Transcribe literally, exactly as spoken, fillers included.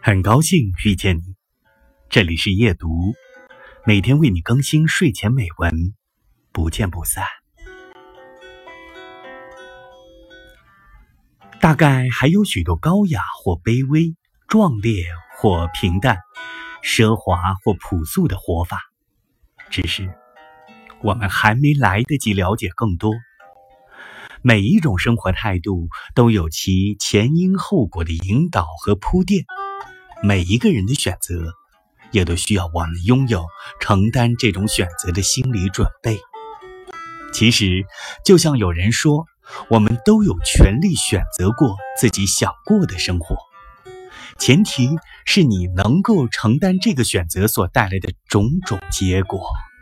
很高兴遇见你，这里是夜读，每天为你更新睡前美文，不见不散。大概还有许多高雅或卑微，壮烈或平淡，奢华或朴素的活法，只是我们还没来得及了解更多。每一种生活态度都有其前因后果的引导和铺垫，每一个人的选择也都需要我们拥有承担这种选择的心理准备。其实就像有人说，我们都有权利选择过自己想过的生活，前提是你能够承担这个选择所带来的种种结果。